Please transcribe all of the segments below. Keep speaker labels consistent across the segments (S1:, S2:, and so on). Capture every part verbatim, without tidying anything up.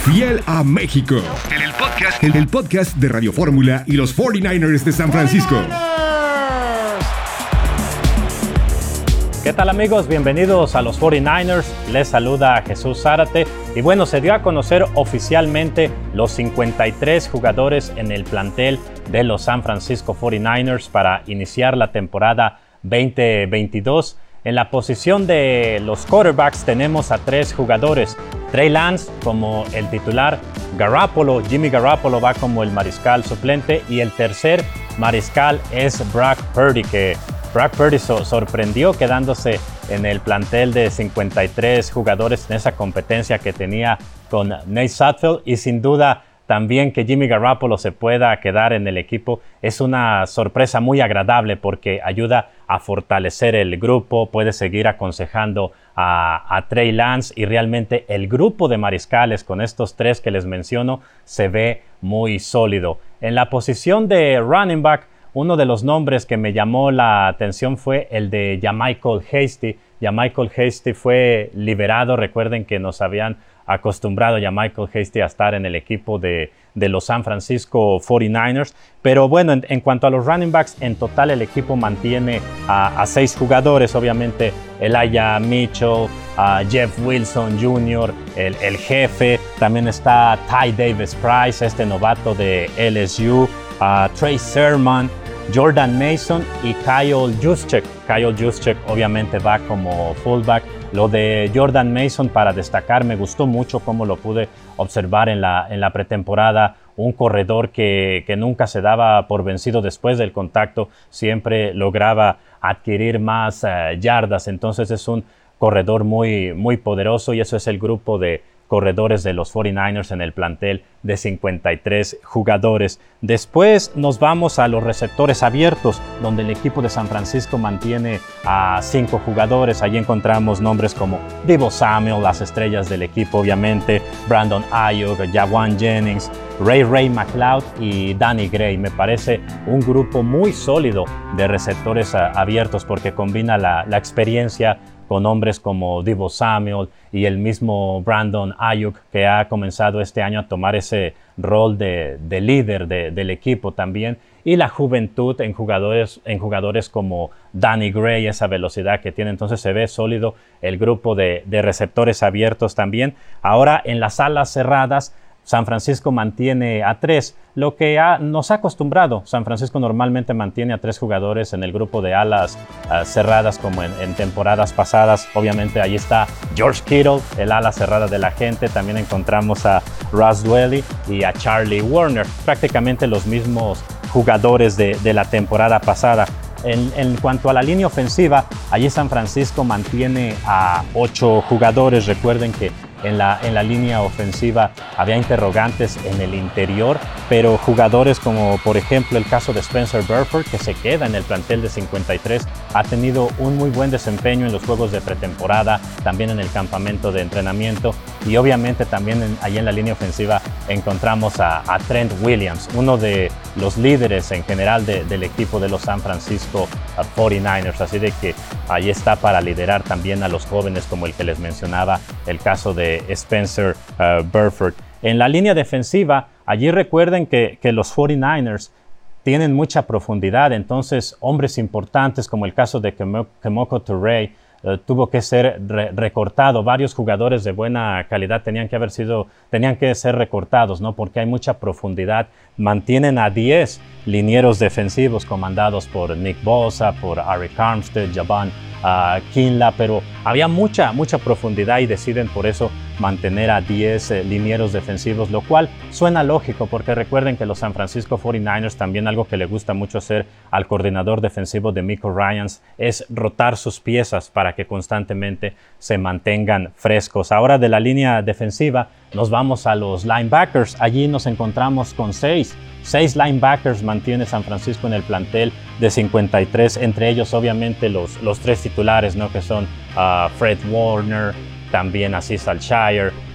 S1: Fiel a México. En el podcast, en el podcast de Radio Fórmula y los cuarenta y nueve ers de San Francisco.
S2: ¿Qué tal, amigos? Bienvenidos a los cuarenta y nueve ers. Les saluda Jesús Zárate. Y bueno, se dio a conocer oficialmente los cincuenta y tres jugadores en el plantel de los San Francisco cuarenta y nueve ers para iniciar la temporada veinte veintidós. En la posición de los quarterbacks tenemos a tres jugadores. Trey Lance como el titular, Garoppolo, Jimmy Garoppolo va como el mariscal suplente y el tercer mariscal es Brock Purdy, que Brock Purdy so- sorprendió quedándose en el plantel de cincuenta y tres jugadores en esa competencia que tenía con Nate Sudfeld, y sin duda también que Jimmy Garoppolo se pueda quedar en el equipo es una sorpresa muy agradable porque ayuda a fortalecer el grupo, puede seguir aconsejando a, a Trey Lance, y realmente el grupo de mariscales con estos tres que les menciono se ve muy sólido. En la posición de running back, uno de los nombres que me llamó la atención fue el de JaMycal Hasty. JaMycal Hasty fue liberado. Recuerden que nos habían acostumbrado JaMycal Hasty a estar en el equipo de, de los San Francisco cuarenta y nueve ers. Pero bueno, en, en cuanto a los running backs, en total el equipo mantiene a, a seis jugadores. Obviamente Elijah Mitchell, a Jeff Wilson junior, el, el jefe. También está Ty Davis Price, este novato de L S U, a Trey Sermon, Jordan Mason y Kyle Juszczyk. Kyle Juszczyk obviamente va como fullback. Lo de Jordan Mason, para destacar, me gustó mucho cómo lo pude observar en la, en la pretemporada. Un corredor que, que nunca se daba por vencido después del contacto, siempre lograba adquirir más uh, yardas. Entonces es un corredor muy, muy poderoso, y eso es el grupo de corredores de los cuarenta y nueve ers en el plantel de cincuenta y tres jugadores. Después nos vamos a los receptores abiertos, donde el equipo de San Francisco mantiene a cinco jugadores. Allí encontramos nombres como Deebo Samuel, las estrellas del equipo obviamente, Brandon Ayuk, Jawan Jennings, Ray Ray McCloud y Danny Gray. Me parece un grupo muy sólido de receptores a, abiertos porque combina la, la experiencia con hombres como Deebo Samuel y el mismo Brandon Ayuk, que ha comenzado este año a tomar ese rol de, de líder de, del equipo también, y la juventud en jugadores, en jugadores como Danny Gray, esa velocidad que tiene. Entonces se ve sólido el grupo de, de receptores abiertos también. Ahora en las alas cerradas, San Francisco mantiene a tres, lo que ha, nos ha acostumbrado. San Francisco normalmente mantiene a tres jugadores en el grupo de alas uh, cerradas como en, en temporadas pasadas. Obviamente ahí está George Kittle, el ala cerrada de la gente. También encontramos a Russ Dwelly y a Charlie Warner, prácticamente los mismos jugadores de, de la temporada pasada. En, en cuanto a la línea ofensiva, allí San Francisco mantiene a ocho jugadores. Recuerden que en la, en la línea ofensiva había interrogantes en el interior, pero jugadores como por ejemplo el caso de Spencer Burford, que se queda en el plantel de cincuenta y tres, ha tenido un muy buen desempeño en los juegos de pretemporada, también en el campamento de entrenamiento, y obviamente también en, allí en la línea ofensiva encontramos a, a Trent Williams, uno de los líderes en general de, del equipo de los San Francisco cuarenta y nueve ers, así de que ahí está para liderar también a los jóvenes como el que les mencionaba, el caso de Spencer uh, Burford. En la línea defensiva, allí recuerden que, que los cuarenta y nueve ers tienen mucha profundidad, entonces hombres importantes como el caso de Kemoko Turay uh, tuvo que ser re- recortado. Varios jugadores de buena calidad tenían que haber sido, tenían que ser recortados, ¿no? Porque hay mucha profundidad. Mantienen a diez linieros defensivos comandados por Nick Bosa, por Arik Armstead, Javon uh, Kinlaw, pero había mucha, mucha profundidad y deciden por eso mantener a diez eh, linieros defensivos, lo cual suena lógico porque recuerden que los San Francisco cuarenta y nueve ers, también algo que le gusta mucho hacer al coordinador defensivo de Miko Ryans es rotar sus piezas para que constantemente se mantengan frescos. Ahora de la línea defensiva nos vamos a los linebackers. Allí nos encontramos con seis. Seis linebackers mantiene San Francisco en el plantel de cincuenta y tres, entre ellos obviamente los, los tres titulares, ¿no? Que son uh, Fred Warner, también Azeez Al-Shaair,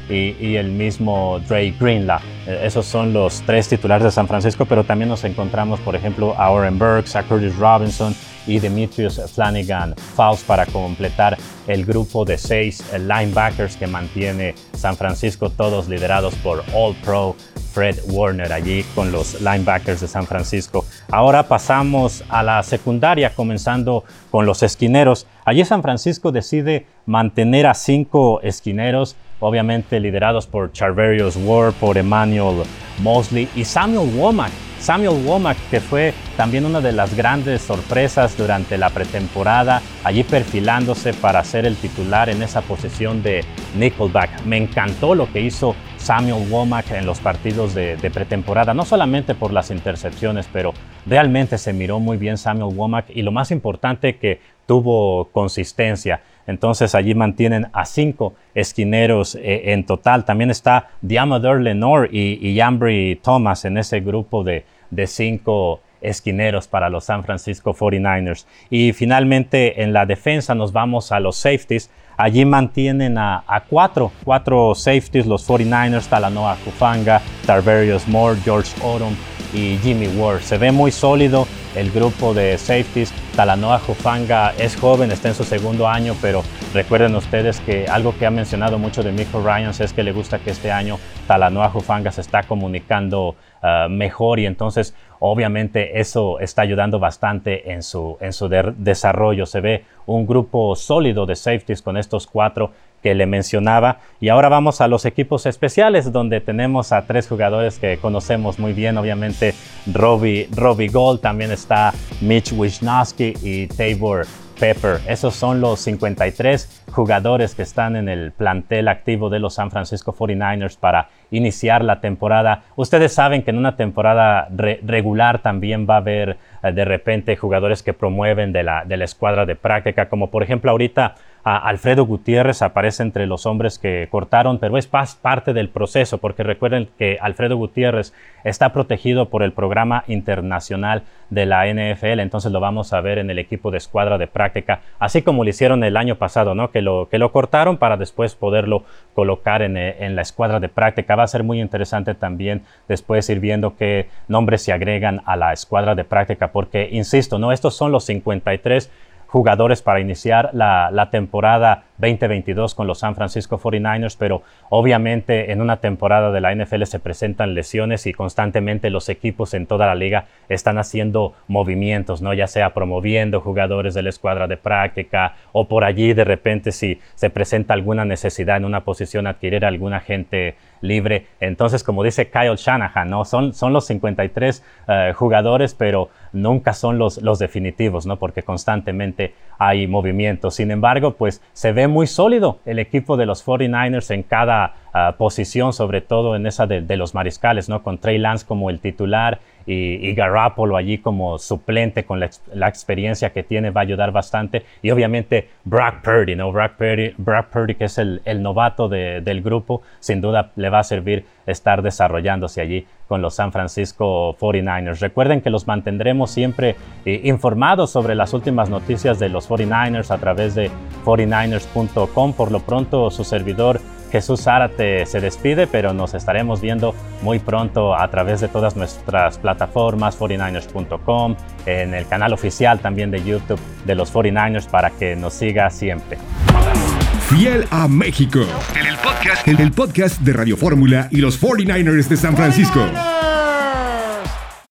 S2: y, y el mismo Dre Greenlaw. Eh, esos son los tres titulares de San Francisco, pero también nos encontramos, por ejemplo, a Oren Burks, a Curtis Robinson y Demetrius Flanagan-Fowles para completar el grupo de seis linebackers que mantiene San Francisco, todos liderados por All-Pro Fred Warner allí con los linebackers de San Francisco. Ahora pasamos a la secundaria, comenzando con los esquineros. Allí San Francisco decide mantener a cinco esquineros, obviamente liderados por Charvarius Ward, por Emmanuel Mosley y Samuel Womack. Samuel Womack, que fue también una de las grandes sorpresas durante la pretemporada, allí perfilándose para ser el titular en esa posición de nickelback. Me encantó lo que hizo Samuel Womack en los partidos de, de pretemporada, no solamente por las intercepciones, pero realmente se miró muy bien Samuel Womack y lo más importante que tuvo consistencia. Entonces allí mantienen a cinco esquineros eh, en total. También está Diamador Lenore y, y Ambry Thomas en ese grupo de, de cinco esquineros para los San Francisco cuarenta y nueve ers. Y finalmente en la defensa nos vamos a los safeties. Allí mantienen a, a cuatro, cuatro safeties, los cuarenta y nueve ers, Talanoa Hufanga, Tarvarius Moore, George Odom y Jimmy Ward. Se ve muy sólido el grupo de safeties. Talanoa Hufanga es joven, está en su segundo año, pero recuerden ustedes que algo que ha mencionado mucho de Michael Ryans es que le gusta que este año Talanoa Hufanga se está comunicando uh, mejor y entonces obviamente eso está ayudando bastante en su, en su de- desarrollo. Se ve un grupo sólido de safeties con estos cuatro que le mencionaba. Y ahora vamos a los equipos especiales, donde tenemos a tres jugadores que conocemos muy bien, obviamente Robbie, Robbie Gould, también está Mitch Wisnowski y Tabor Pepper. Esos son los cincuenta y tres jugadores que están en el plantel activo de los San Francisco cuarenta y nueve ers para iniciar la temporada. Ustedes saben que en una temporada re- regular también va a haber eh, de repente jugadores que promueven de la, de la escuadra de práctica, como por ejemplo ahorita a Alfredo Gutiérrez aparece entre los hombres que cortaron, pero es parte del proceso, porque recuerden que Alfredo Gutiérrez está protegido por el programa internacional de la N F L, entonces lo vamos a ver en el equipo de escuadra de práctica, así como lo hicieron el año pasado, ¿no? Que lo, que lo cortaron para después poderlo colocar en, en la escuadra de práctica. Va a ser muy interesante también después ir viendo qué nombres se agregan a la escuadra de práctica, porque, insisto, ¿no? Estos son los cincuenta y tres jugadores para iniciar la, la temporada veinte veintidós con los San Francisco cuarenta y nueve ers, pero obviamente en una temporada de la N F L se presentan lesiones y constantemente los equipos en toda la liga están haciendo movimientos, ¿no? Ya sea promoviendo jugadores de la escuadra de práctica o por allí de repente si se presenta alguna necesidad en una posición adquirir a alguna gente libre. Entonces, como dice Kyle Shanahan, ¿no? Son, son los cincuenta y tres uh, jugadores, pero nunca son los, los definitivos, ¿no? Porque constantemente hay movimientos. Sin embargo, pues se ve muy sólido el equipo de los cuarenta y nueve ers en cada uh, posición, sobre todo en esa de, de los mariscales, ¿no? Con Trey Lance como el titular y, y Garoppolo allí como suplente con la, ex, la experiencia que tiene, va a ayudar bastante. Y obviamente Brock Purdy, ¿no? Brock Purdy, Brock Purdy que es el, el novato de, del grupo, sin duda le va a servir estar desarrollándose allí con los San Francisco cuarenta y nueve ers. Recuerden que los mantendremos siempre eh, informados sobre las últimas noticias de los cuarenta y nueve ers a través de cuarenta y nueve ers punto com. Por lo pronto, su servidor Jesús Zárate se despide, pero nos estaremos viendo muy pronto a través de todas nuestras plataformas, cuarenta y nueve ers punto com, en el canal oficial también de YouTube de los cuarenta y nueve ers para que nos siga siempre.
S1: Fiel a México. En el podcast, en el podcast de Radio Fórmula y los cuarenta y nueve ers de San Francisco.